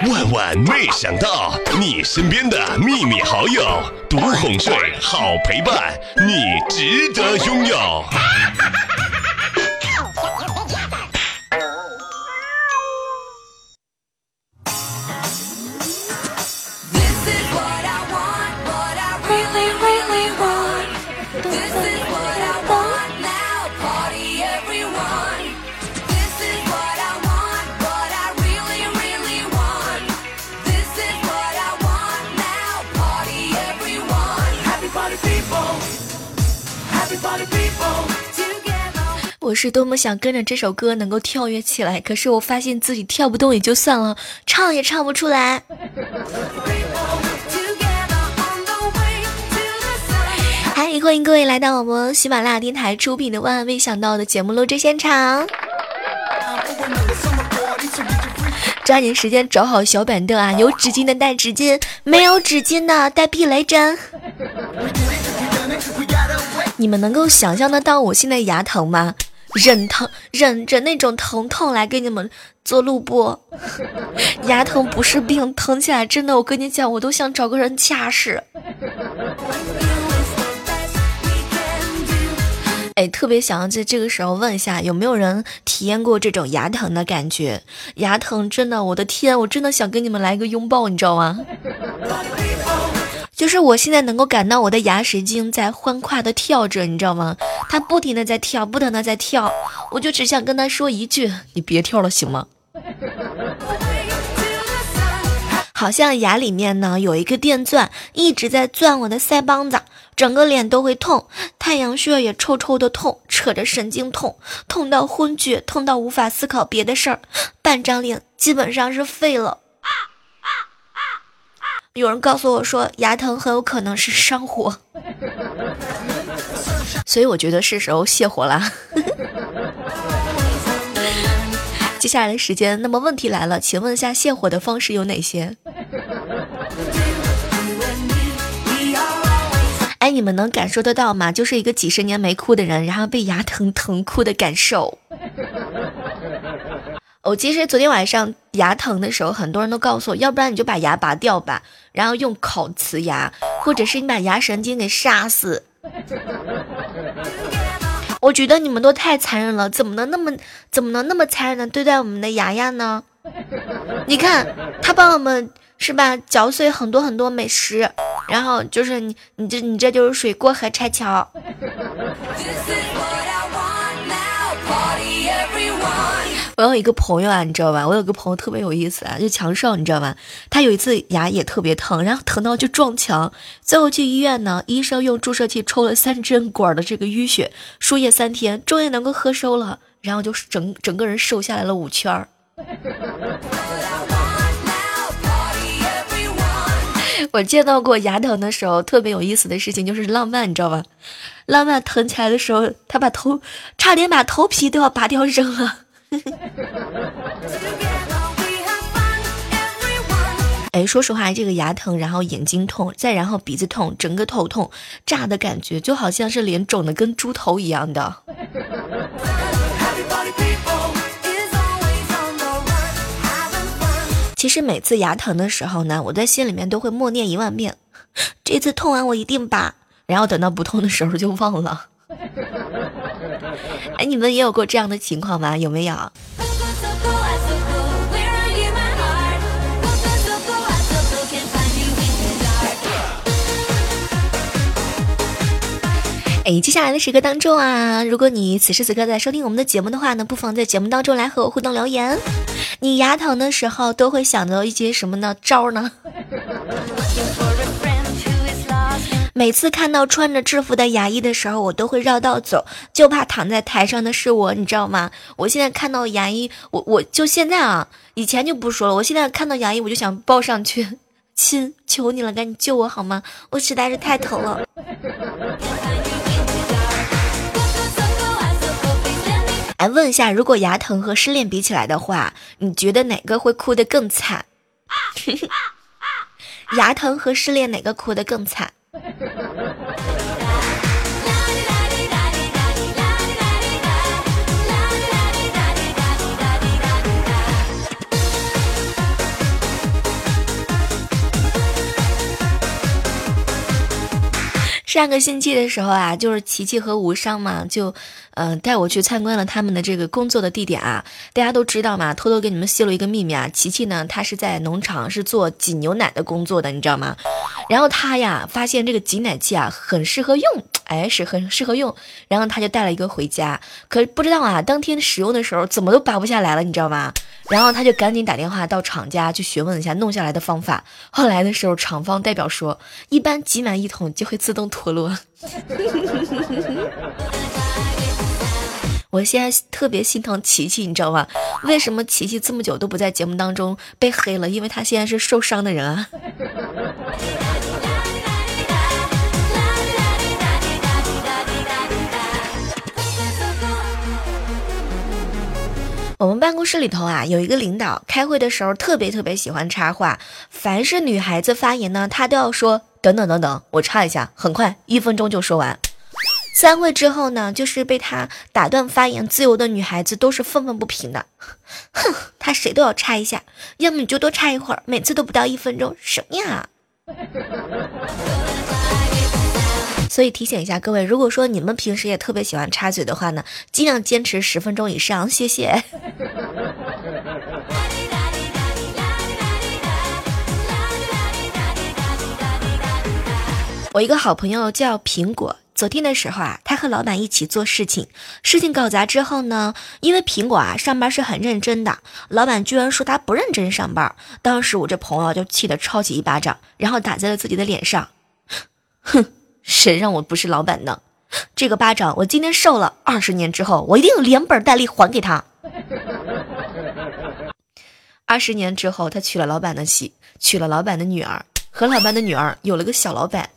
万万没想到，你身边的秘密好友，独哄睡，好陪伴，你值得拥有。 我是多么想跟着这首歌能够跳跃起来，可是我发现自己跳不动也就算了，唱也唱不出来。嗨，欢迎各位来到我们喜马拉雅电台出品的万万没想到的节目录制现场。抓紧时间找好小板凳啊，有纸巾的带纸巾，没有纸巾的带避雷针。你们能够想象得到我现在牙疼吗？忍着那种疼痛来给你们做录播。牙疼不是病，疼起来真的，我跟你讲，我都想找个人掐死。特别想要在这个时候问一下，有没有人体验过这种牙疼的感觉？牙疼真的，我的天，我真的想跟你们来个拥抱，你知道吗？就是我现在能够感到我的牙神经在欢快的跳着，你知道吗？它不停的在跳，不停的在跳，我就只想跟他说一句，你别跳了行吗？好像牙里面呢有一个电钻一直在钻我的腮帮子，整个脸都会痛，太阳穴也臭臭的痛，扯着神经痛，痛到昏厥，痛到无法思考别的事儿，半张脸基本上是废了。有人告诉我说牙疼很有可能是上火，所以我觉得是时候泻火啦。接下来的时间，那么问题来了，请问一下泻火的方式有哪些？你们能感受得到吗？就是一个几十年没哭的人，然后被牙疼哭的感受。其实昨天晚上牙疼的时候，很多人都告诉我，要不然你就把牙拔掉吧，然后用烤瓷牙，或者是你把牙神经给杀死。我觉得你们都太残忍了，怎么能那么残忍的对待我们的牙牙呢？你看他帮我们是吧嚼碎很多很多美食，然后就是你这就是水过河拆桥。我有一个朋友啊，你知道吧？我有个朋友特别有意思啊，就强少，你知道吧？他有一次牙也特别疼，然后疼到就撞墙，最后去医院呢，医生用注射器抽了3针管的这个淤血，输液3天，终于能够喝收了，然后就整个人瘦下来了5圈。我见到过牙疼的时候特别有意思的事情，就是浪漫，你知道吧？浪漫疼起来的时候，他差点把头皮都要拔掉扔了。说实话，这个牙疼，然后眼睛痛，再然后鼻子痛，整个头痛，炸的感觉就好像是脸肿的跟猪头一样的。其实每次牙疼的时候呢，我在心里面都会默念1万遍，这次痛完我一定拔，然后等到不痛的时候就忘了。你们也有过这样的情况吗？有没有？接下来的时刻当中啊，如果你此时此刻在收听我们的节目的话呢，不妨在节目当中来和我互动留言。你牙疼的时候都会想到一些什么呢招呢？每次看到穿着制服的牙医的时候，我都会绕道走，就怕躺在台上的是我，你知道吗？我现在看到牙医，我就现在啊，以前就不说了，我现在看到牙医我就想抱上去，亲，求你了，赶紧救我好吗？我实在是太疼了。问一下，如果牙疼和失恋比起来的话，你觉得哪个会哭得更惨？牙疼和失恋哪个哭得更惨？ 上个星期的时候啊，就是琪琪和无伤嘛，就带我去参观了他们的这个工作的地点啊。大家都知道嘛，偷偷给你们泄露一个秘密啊，琪琪呢，他是在农场是做挤牛奶的工作的，你知道吗？然后他呀发现这个挤奶器啊很适合用，很适合用，然后他就带了一个回家，可不知道啊，当天使用的时候怎么都拔不下来了，你知道吗？然后他就赶紧打电话到厂家去询问一下弄下来的方法。后来的时候，厂方代表说，一般挤满1桶就会自动脱落。我现在特别心疼琪琪，你知道吗？为什么琪琪这么久都不在节目当中被黑了？因为他现在是受伤的人啊。我们办公室里头啊，有一个领导开会的时候特别喜欢插话，凡是女孩子发言呢，他都要说等等等等，我插一下，很快1分钟就说完。散会之后呢，就是被他打断发言自由的女孩子都是愤愤不平的，哼，他谁都要插一下，要么你就多插一会儿，每次都不到1分钟，什么呀？所以提醒一下各位，如果说你们平时也特别喜欢插嘴的话呢，尽量坚持10分钟以上，谢谢。我一个好朋友叫苹果，昨天的时候啊，他和老板一起做事情搞砸之后呢，因为苹果啊上班是很认真的，老板居然说他不认真上班，当时我这朋友就气得抄起一巴掌，然后打在了自己的脸上，哼，谁让我不是老板呢？这个巴掌我今天受了，20年之后我一定连本带利还给他。20年之后，他娶了老板的妻，娶了老板的女儿，和老板的女儿有了个小老板。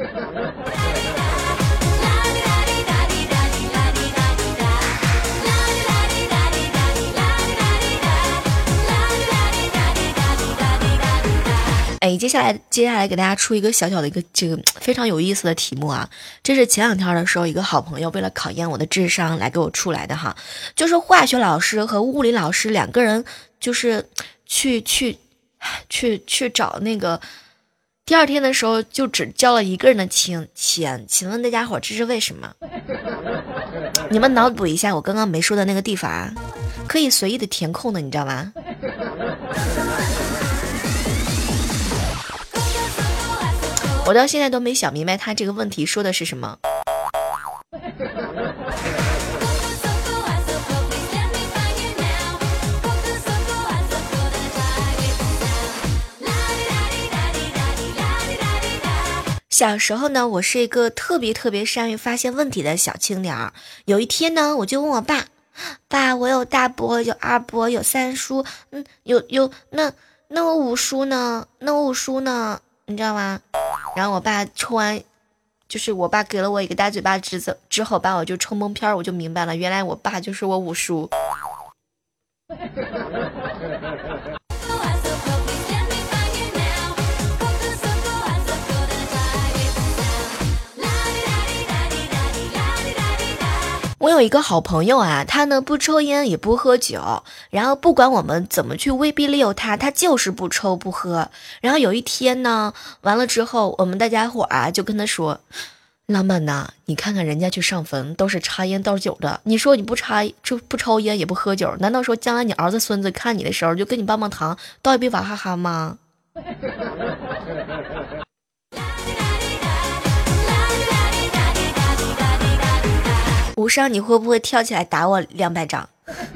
接下来给大家出一个小小的一个这个非常有意思的题目啊，这是前2天的时候一个好朋友为了考验我的智商来给我出来的哈，就是化学老师和物理老师2个人就是去找那个，第2天的时候就只交了1个人的钱，请问大家伙这是为什么？你们脑补一下我刚刚没说的那个地方啊，可以随意的填空的，你知道吗？我到现在都没想明白他这个问题说的是什么。小时候呢，我是一个特别善于发现问题的小青年儿。有一天呢，我就问我爸，爸，我有大伯，有二伯，有3叔，那我5叔呢？你知道吗？然后我爸抽完，就是我爸给了我一个大嘴巴之后，把我就抽蒙片，我就明白了，原来我爸就是我5叔。我有一个好朋友啊，他呢不抽烟也不喝酒，然后不管我们怎么去威逼利诱他，他就是不抽不喝。然后有一天呢，完了之后，我们大家伙啊就跟他说，老板呐，你看看人家去上坟都是插烟倒酒的，你说你不抽烟也不喝酒，难道说将来你儿子孙子看你的时候就跟你棒棒糖倒一杯娃哈哈吗？无伤，你会不会跳起来打我200掌？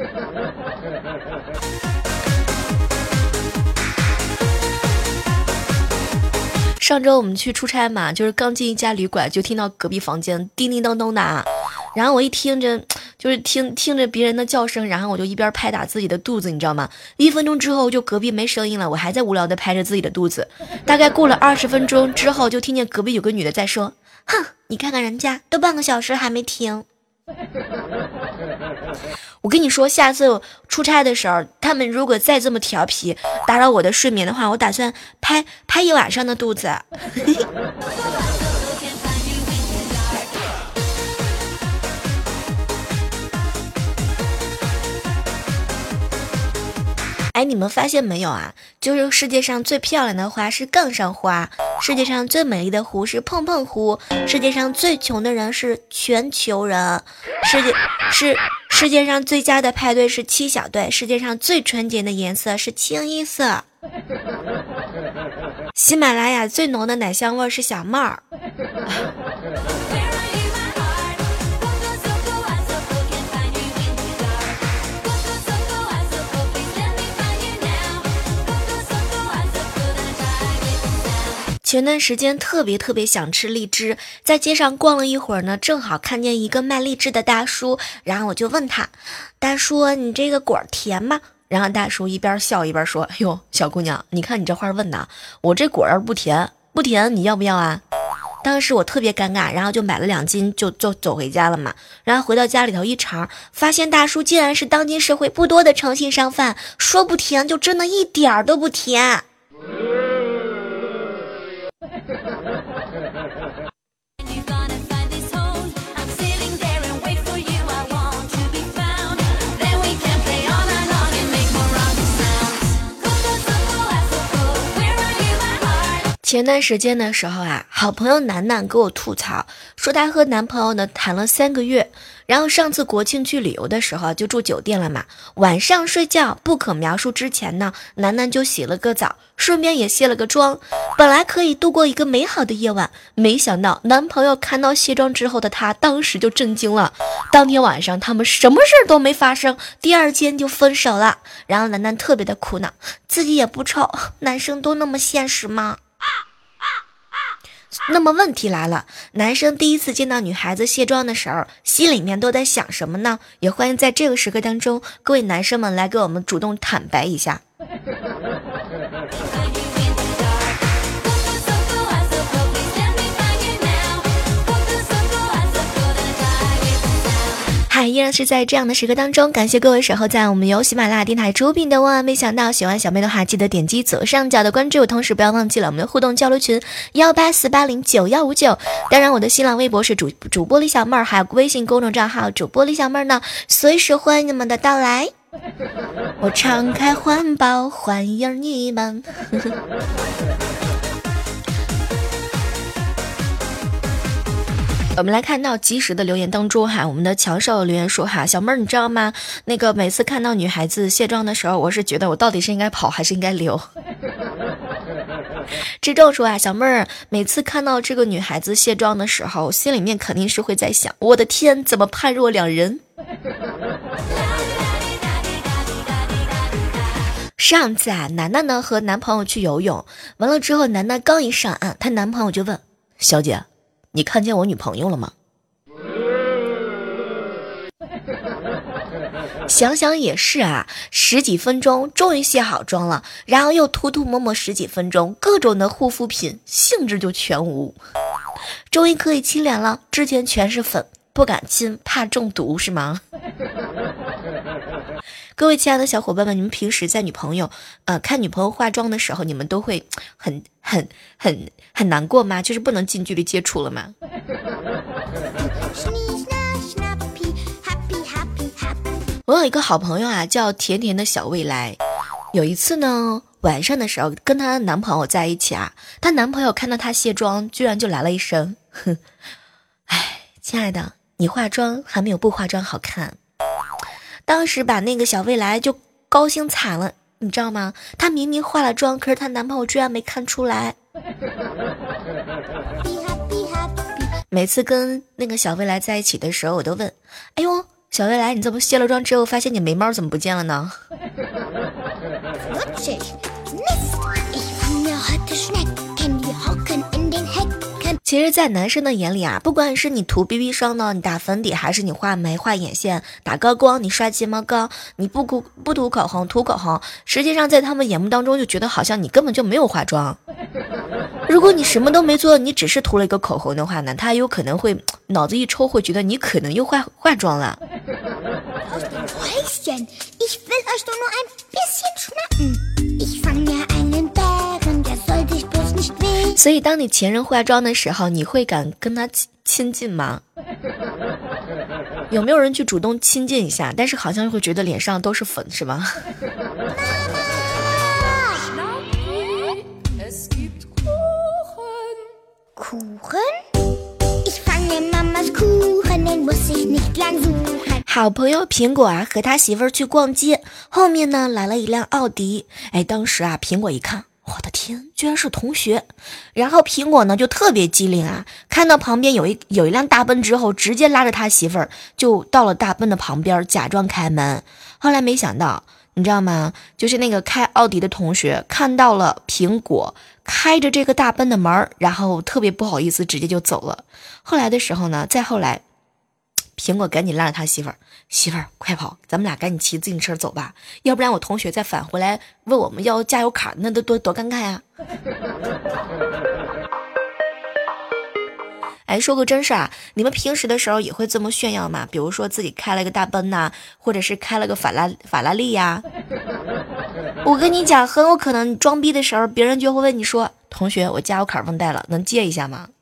上周我们去出差嘛，就是刚进一家旅馆，就听到隔壁房间叮叮当当的，然后我一听着，就是听着别人的叫声，然后我就一边拍打自己的肚子，你知道吗？1分钟之后就隔壁没声音了，我还在无聊的拍着自己的肚子。大概过了20分钟之后，就听见隔壁有个女的在说，哼，你看看人家都半个小时还没停。我跟你说，下次出差的时候，他们如果再这么调皮打扰我的睡眠的话，我打算拍1晚上的肚子。 哎，你们发现没有啊？就是世界上最漂亮的花是杠上花，世界上最美丽的湖是碰碰湖，世界上最穷的人是全球人，世界上最佳的派对是七小队，世界上最纯洁的颜色是清一色。喜马拉雅最浓的奶香味是小妹儿。前段时间特别想吃荔枝，在街上逛了一会儿呢，正好看见一个卖荔枝的大叔，然后我就问他，大叔你这个果甜吗？然后大叔一边笑一边说，哎呦小姑娘，你看你这话问的，我这果要是不甜你要不要啊？当时我特别尴尬，然后就买了2斤就走回家了嘛。然后回到家里头一尝，发现大叔竟然是当今社会不多的诚信商贩，说不甜就真的一点儿都不甜。前段时间的时候啊，好朋友楠楠给我吐槽，说她和男朋友呢谈了3个月，然后上次国庆去旅游的时候就住酒店了嘛，晚上睡觉不可描述之前呢，楠楠就洗了个澡，顺便也卸了个妆，本来可以度过一个美好的夜晚，没想到男朋友看到卸妆之后的她，当时就震惊了。当天晚上他们什么事都没发生，第2天就分手了。然后楠楠特别的苦恼，自己也不丑，男生都那么现实吗？那么问题来了，男生第一次见到女孩子卸妆的时候，心里面都在想什么呢？也欢迎在这个时刻当中，各位男生们来给我们主动坦白一下。依然是在这样的时刻当中，感谢各位守候在我们由喜马拉雅电台出品的万万没想到。喜欢小妹的话，记得点击左上角的关注，同时不要忘记了我们的互动交流群184809159。当然我的新浪微博是主播李小妹儿，还有微信公众账号主播李小妹儿呢，随时欢迎你们的到来。我敞开怀抱欢迎你们。我们来看到及时的留言当中哈，我们的强少留言说哈，小妹儿你知道吗？那个每次看到女孩子卸妆的时候，我是觉得我到底是应该跑还是应该留。知仲说啊，小妹儿每次看到这个女孩子卸妆的时候，心里面肯定是会在想，我的天，怎么判若两人？上次啊，楠楠呢和男朋友去游泳，完了之后，楠楠刚一上岸，她男朋友就问小姐，你看见我女朋友了吗？想想也是啊，10几分钟终于卸好妆了，然后又涂抹10几分钟，各种的护肤品兴致就全无，终于可以亲脸了，之前全是粉，不敢亲，怕中毒是吗？各位亲爱的小伙伴们，你们平时在女朋友看女朋友化妆的时候，你们都会很难过吗？就是不能近距离接触了吗？我有一个好朋友啊，叫甜甜的小未来。有一次呢，晚上的时候跟她男朋友在一起啊，她男朋友看到她卸妆，居然就来了一声，哼，哎，亲爱的，你化妆还没有不化妆好看。当时把那个小未来就高兴惨了，你知道吗？她明明化了妆，可是她男朋友居然没看出来。每次跟那个小未来在一起的时候，我都问，哎呦，小未来，你怎么卸了妆之后发现你眉毛怎么不见了呢？其实在男生的眼里啊，不管是你涂 BB 霜呢，你打粉底，还是你画眉画眼线，打高光，你刷睫毛膏，你不涂口红涂口红，实际上在他们眼目当中就觉得好像你根本就没有化妆。如果你什么都没做，你只是涂了一个口红的话呢，他有可能会脑子一抽，会觉得你可能又化妆了。所以当你前任化妆的时候，你会敢跟他亲近吗？有没有人去主动亲近一下？但是好像会觉得脸上都是粉，是吗？ 好朋友苹果啊和他媳妇儿去逛街，后面呢来了一辆奥迪。当时啊苹果一看，我的天，居然是同学。然后苹果呢就特别机灵啊，看到旁边有一辆大奔之后，直接拉着他媳妇儿就到了大奔的旁边，假装开门。后来没想到，你知道吗？就是那个开奥迪的同学看到了苹果开着这个大奔的门，然后特别不好意思，直接就走了。后来的时候呢，再后来，苹果赶紧拉着他媳妇儿快跑，咱们俩赶紧骑自行车走吧，要不然我同学再返回来问我们要加油卡，那都多尴尬呀。说个真事啊，你们平时的时候也会这么炫耀吗？比如说自己开了个大奔呐，或者是开了个法拉利呀。我跟你讲，很有可能你装逼的时候，别人就会问你说，同学，我加油卡忘带了，能借一下吗？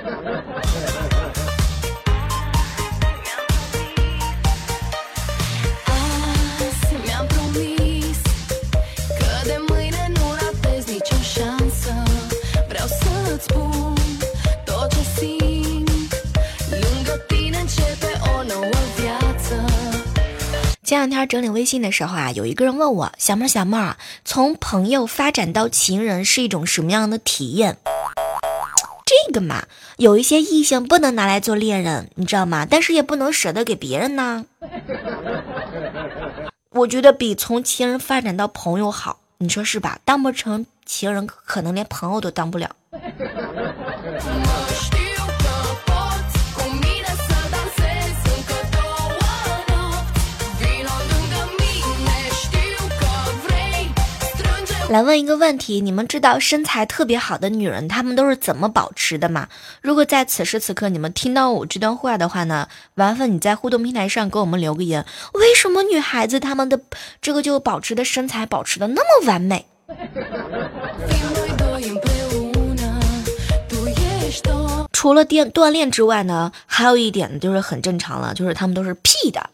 前两天整理微信的时候啊，有一个人问我，小妹儿，从朋友发展到情人是一种什么样的体验？这个嘛，有一些异性不能拿来做恋人，你知道吗？但是也不能舍得给别人呢。我觉得比从情人发展到朋友好，你说是吧？当不成情人，可能连朋友都当不了。来问一个问题，你们知道身材特别好的女人她们都是怎么保持的吗？如果在此时此刻你们听到我这段话的话呢，麻烦你在互动平台上给我们留个言，为什么女孩子她们的这个就保持的身材保持的那么完美？除了锻炼之外呢，还有一点就是很正常了，就是她们都是 P 的，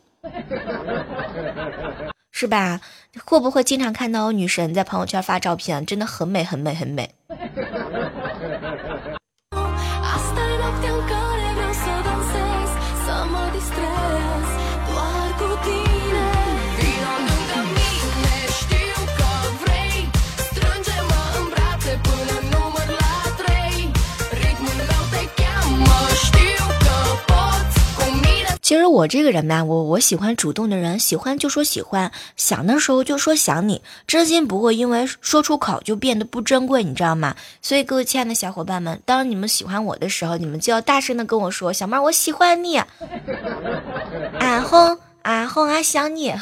是吧？会不会经常看到女神在朋友圈发照片，真的很美很美很美。其实我这个人吧，我喜欢主动的人，喜欢就说喜欢，想的时候就说想你，真心不会因为说出口就变得不珍贵，你知道吗？所以各位亲爱的小伙伴们，当你们喜欢我的时候，你们就要大声的跟我说，小妹儿我喜欢你，红想你。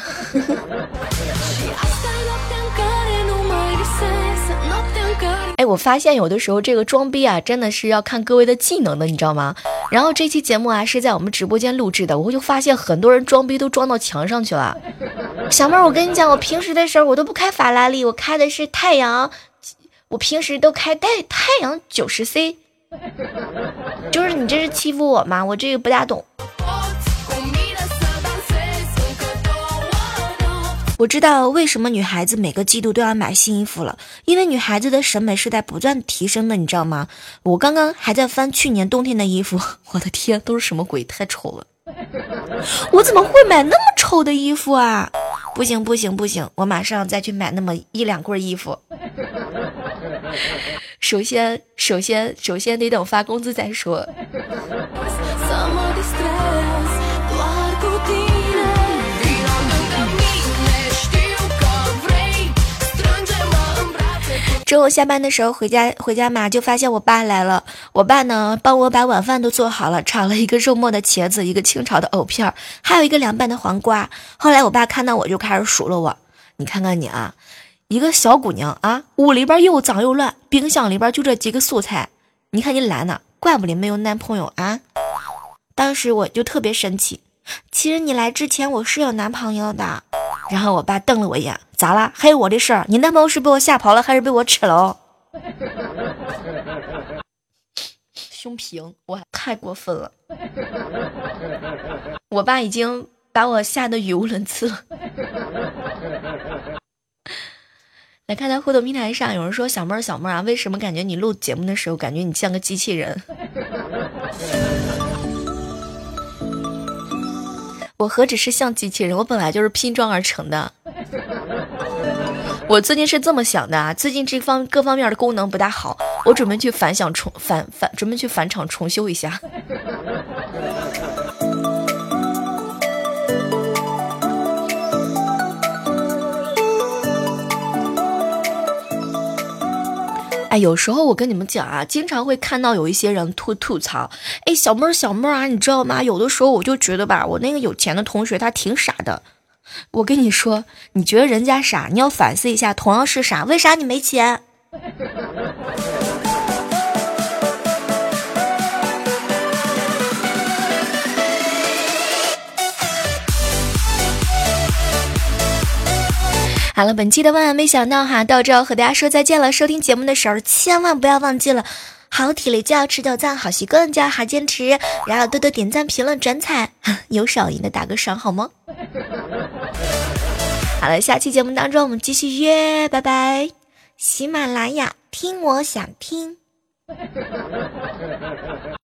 我发现有的时候这个装逼啊，真的是要看各位的技能的，你知道吗？然后这期节目啊是在我们直播间录制的，我就发现很多人装逼都装到墙上去了。小妹儿，我跟你讲，我平时的时候我都不开法拉利，我开的是太阳，我平时都开太阳90C。就是你这是欺负我吗？我这个不大懂。我知道为什么女孩子每个季度都要买新衣服了，因为女孩子的审美是在不断提升的，你知道吗？我刚刚还在翻去年冬天的衣服，我的天，都是什么鬼？太丑了！我怎么会买那么丑的衣服啊？不行，我马上再去买那么1-2柜衣服。首先得等发工资再说。中午下班的时候回家嘛，就发现我爸来了。我爸呢帮我把晚饭都做好了，炒了一个肉末的茄子，一个清炒的藕片，还有一个凉拌的黄瓜。后来我爸看到我就开始数落我，你看看你啊，一个小姑娘啊，屋里边又脏又乱，冰箱里边就这几个素菜，你看你懒呢，怪不得没有男朋友啊。当时我就特别生气，其实你来之前我是有男朋友的。然后我爸瞪了我一眼，咋了？还有我的事儿？你男朋友是被我吓跑了，还是被我吃了？胸平，我太过分了。我爸已经把我吓得语无伦次了。 来看到互动平台上有人说，小妹儿啊，为什么感觉你录节目的时候感觉你像个机器人？我何止是像机器人，我本来就是拼装而成的。我最近是这么想的啊，最近各方面的功能不大好，我准备去返厂重修一下。哎，有时候我跟你们讲啊，经常会看到有一些人吐槽，哎，小妹儿啊，你知道吗？有的时候我就觉得吧，我那个有钱的同学他挺傻的。我跟你说，你觉得人家傻，你要反思一下，同样是傻，为啥你没钱？好了，本期的万万没想到哈，到这要和大家说再见了。收听节目的时候，千万不要忘记了，好体力就要持久战，好习惯就要好坚持，然后多多点赞、评论、转采，有赏赢的打个赏好吗？好了，下期节目当中我们继续约，拜拜。喜马拉雅听我想听。